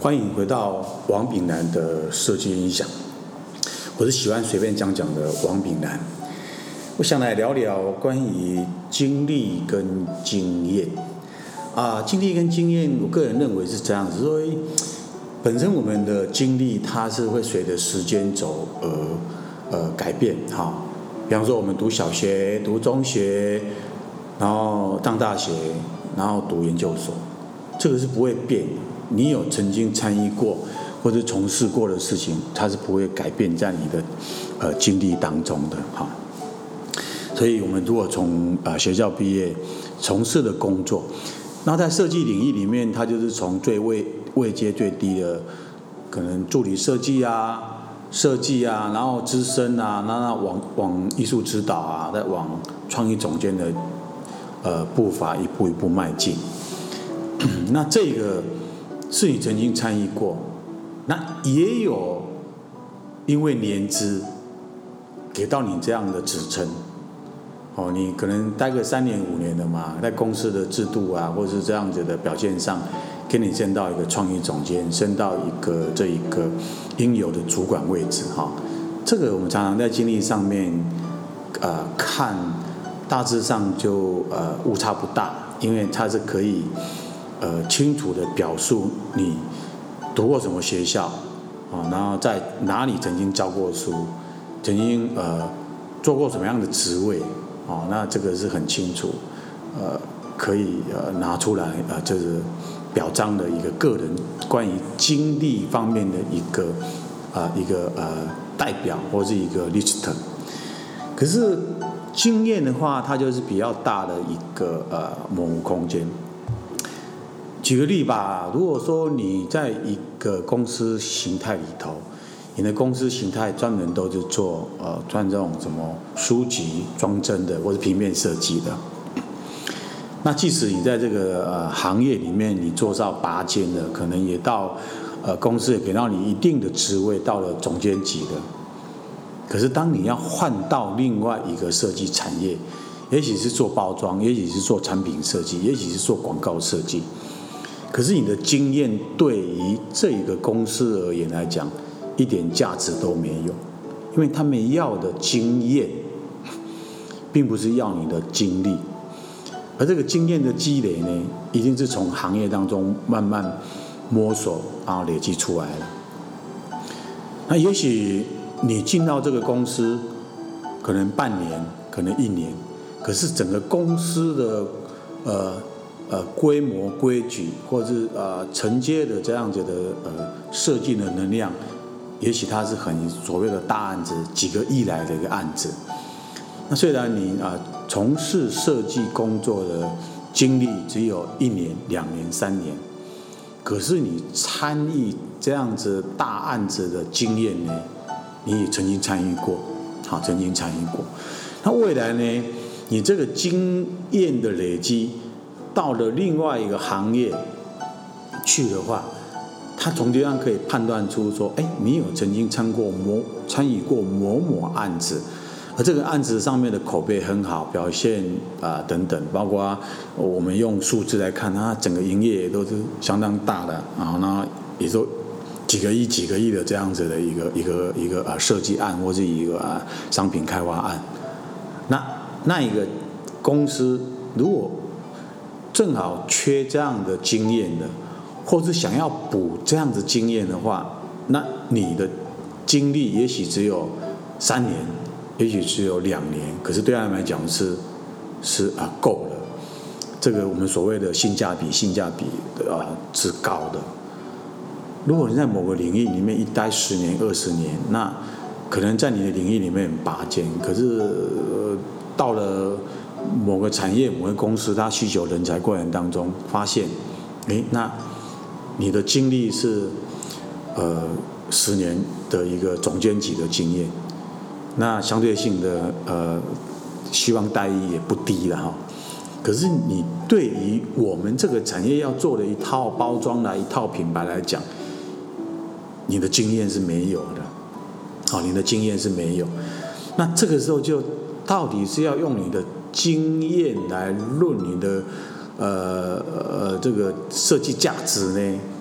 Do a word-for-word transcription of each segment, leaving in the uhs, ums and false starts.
欢迎回到王炳南的设计音响，我是喜欢随便讲讲的王炳南。我想来聊聊关于经历跟经验啊，经历跟经验，我个人认为是这样子，所以本身我们的经历它是会随着时间走而呃改变哈。比方说我们读小学、读中学，然后上大学，然后读研究所，这个是不会变的。你有曾经参与过或者从事过的事情，它是不会改变在你的呃经历当中的哈。所以我们如果从呃学校毕业，从事的工作，那在设计领域里面，它就是从最位位阶最低的，可能助理设计啊、设计啊，然后资深啊，那往往艺术指导啊，再往创意总监的呃步伐一步一步迈进。那这个是你曾经参与过，那也有因为年资给到你这样的职称。哦，你可能待个三年五年的嘛，在公司的制度啊，或者是这样子的表现上，给你升到一个创意总监，升到一个这一个应有的主管位置哈。这个我们常常在经历上面，呃，看大致上就呃误差不大，因为它是可以呃清楚的表述你读过什么学校啊，然后在哪里曾经教过书，曾经呃做过什么样的职位。哦，那这个是很清楚，呃，可以呃拿出来呃，就是表彰的一个个人关于经历方面的一个啊、呃、一个呃代表或是一个 list。可是经验的话，它就是比较大的一个呃模糊空间。举个例吧，如果说你在一个公司形态里头。你的公司形态专门都是做呃专这种什么书籍装帧的或者平面设计的，那即使你在这个呃行业里面你做到拔尖的，可能也到呃公司也给到你一定的职位，到了总监级的。可是当你要换到另外一个设计产业，也许是做包装，也许是做产品设计，也许是做广告设计，可是你的经验对于这一个公司而言来讲，一点价值都没有，因为他们要的经验，并不是要你的经历，而这个经验的积累呢，一定是从行业当中慢慢摸索，然后累积出来了。那也许你进到这个公司，可能半年，可能一年，可是整个公司的呃呃规模、规矩，或者是呃承接的这样子的呃设计的能量。也许它是很所谓的大案子，几个亿来的一个案子。那虽然你啊、呃、从事设计工作的经历只有一年、两年、三年，可是你参与这样子大案子的经验呢，你也曾经参与过，好，曾经参与过。那未来呢，你这个经验的累积，到了另外一个行业去的话。他从这样可以判断出说，哎，你有曾经参过某参与过某某案子，而这个案子上面的口碑很好，表现啊、呃、等等，包括我们用数字来看，它整个营业也都是相当大的啊，那也都几个亿、几个亿的这样子的一个一个一个呃设计案或是一个啊商品开发案。那那一个公司如果正好缺这样的经验的。或是想要补这样子经验的话，那你的经历也许只有三年，也许只有两年，可是对他们来讲是是啊够了。这个我们所谓的性价比，性价比啊是高的。如果你在某个领域里面一待十年、二十年，那可能在你的领域里面很拔尖，可是、呃、到了某个产业、某个公司，它需求人才过程当中，发现，哎，那你的经历是，呃，十年的一个总监级的经验，那相对性的呃，希望待遇也不低了哈。可是你对于我们这个产业要做的一套包装来一套品牌来讲，你的经验是没有的，好，你的经验是没有。那这个时候就到底是要用你的经验来论你的。呃呃，这个设计价值呢，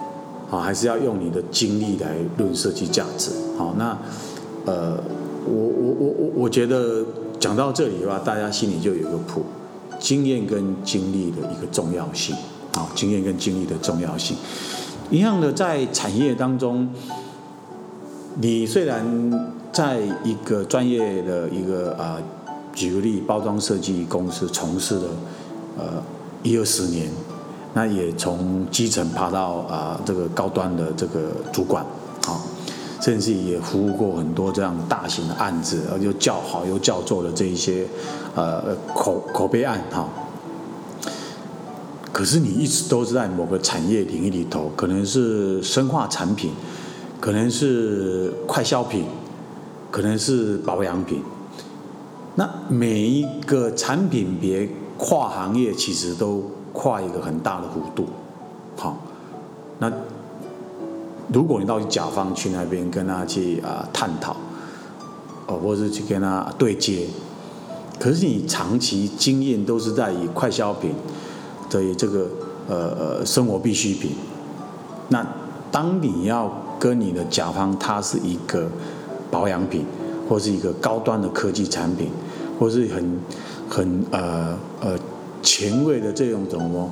好，还是要用你的经历来论设计价值。好，那呃，我我我我我觉得讲到这里的话，大家心里就有一个谱，经验跟经历的一个重要性。好，经验跟经历的重要性，一样的在产业当中，你虽然在一个专业的一个啊、呃，举个例，包装设计公司从事了呃一二十年。那也从基层爬到啊、呃、这个高端的这个主管，好、哦，甚至也服务过很多这样大型的案子，而又叫好又叫座的这一些呃口口碑案哈、哦。可是你一直都是在某个产业领域里头，可能是生化产品，可能是快消品，可能是保养品。那每一个产品别跨行业其实都跨一个很大的弧度，好，那如果你到甲方去那边跟他去啊、呃、探讨，哦，或者是去跟他对接，可是你长期经验都是在以快消品的这个呃呃生活必需品，那当你要跟你的甲方，它是一个保养品，或是一个高端的科技产品，或是很很呃呃。前卫的这种什么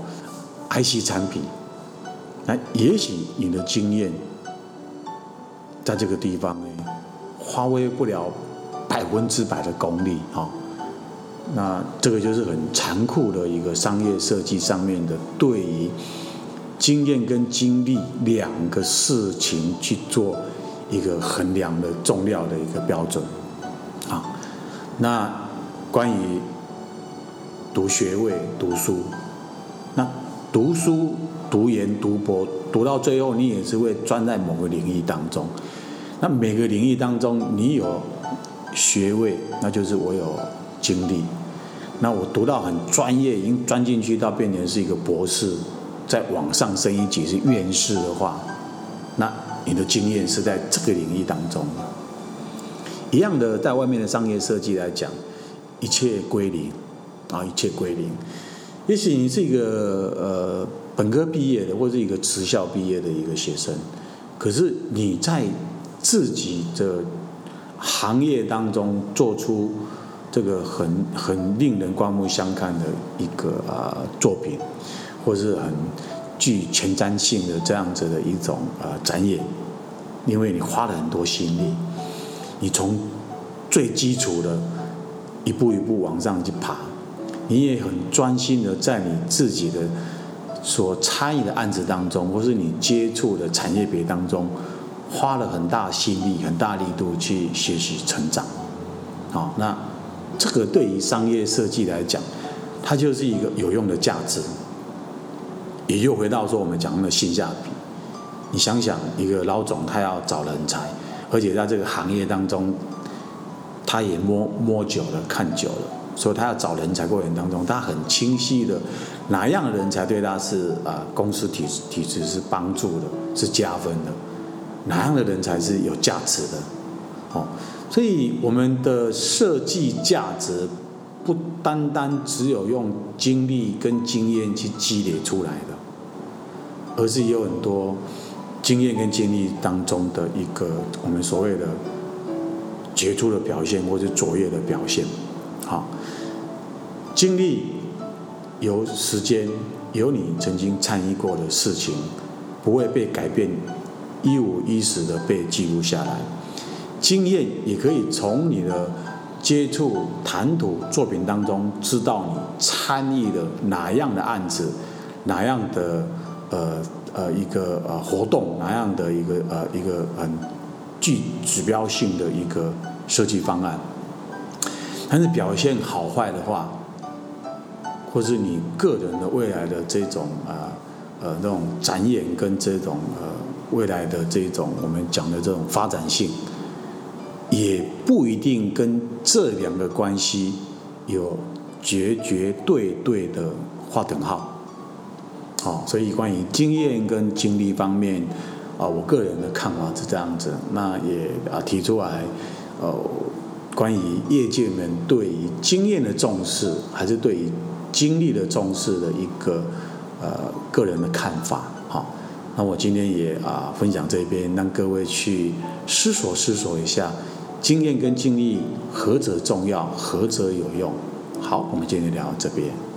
I C 产品，那也许你的经验在这个地方呢，发挥不了百分之百的功力哈、哦。那这个就是很残酷的一个商业设计上面的对于经验跟经历两个事情去做一个衡量的重要的一个标准啊、哦。那关于读学位、读书，那读书、读研、读博，读到最后，你也是会钻在某个领域当中。那每个领域当中，你有学位，那就是我有经历。那我读到很专业，已经钻进去到变成是一个博士，再往上升一级是院士的话，那你的经验是在这个领域当中。一样的，在外面的商业设计来讲，一切归零。啊，一切归零。也许你是一个呃本科毕业的，或是一个职校毕业的一个学生，可是你在自己的行业当中做出这个很很令人刮目相看的一个啊、呃、作品，或是很具前瞻性的这样子的一种啊、呃、展演，因为你花了很多心力，你从最基础的一步一步往上去爬。你也很专心的在你自己的所参与的案子当中，或是你接触的产业别当中，花了很大心力、很大力度去学习成长。好、哦，那这个对于商业设计来讲，它就是一个有用的价值。也又回到说我们讲的性价比。你想想，一个老总他要找人才，而且在这个行业当中，他也摸摸久了、看久了。所以他要找人才过程当中，他很清晰的哪样的人才对他是啊、呃、公司体体制是帮助的，是加分的，哪样的人才是有价值的，哦，所以我们的设计价值不单单只有用经历跟经验去积累出来的，而是有很多经验跟经历当中的一个我们所谓的杰出的表现，或是卓越的表现。好，经历有时间，有你曾经参与过的事情，不会被改变，一五一十的被记录下来。经验也可以从你的接触、谈吐、作品当中，知道你参与了哪样的案子，哪样的呃呃一个呃活动，哪样的一个呃一个很具指标性的一个设计方案。但是表现好坏的话，或是你个人的未来的这种呃呃那种展演跟这种呃未来的这种我们讲的这种发展性，也不一定跟这两个关系有绝绝对对的划等号。好、哦，所以关于经验跟经历方面，啊、呃，我个人的看法是这样子。那也啊提出来，呃。关于业界们对于经验的重视，还是对于经历的重视的一个呃个人的看法，哈、哦。 那我今天也啊分享这边，让各位去思索思索一下，经验跟经历何者重要，何者有用。好，我们今天聊到这边。